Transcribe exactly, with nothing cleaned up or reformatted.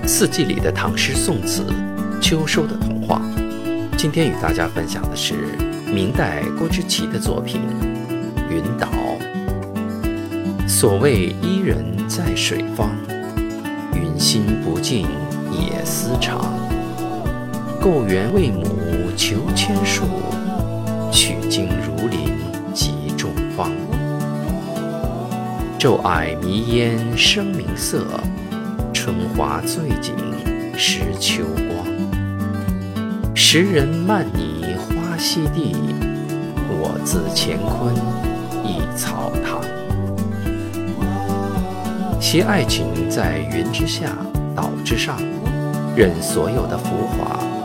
四季里的唐诗宋词，秋收的童话。今天与大家分享的是明代郭之奇的作品《云岛》。所谓伊人在水方，云心不尽也思长。构园为母求千树，取经如林集众芳。昼霭迷烟生明色，春花醉景失秋光。时人漫拟花溪地，我自乾坤一草堂。携爱情在云之下，岛之上，任所有的浮华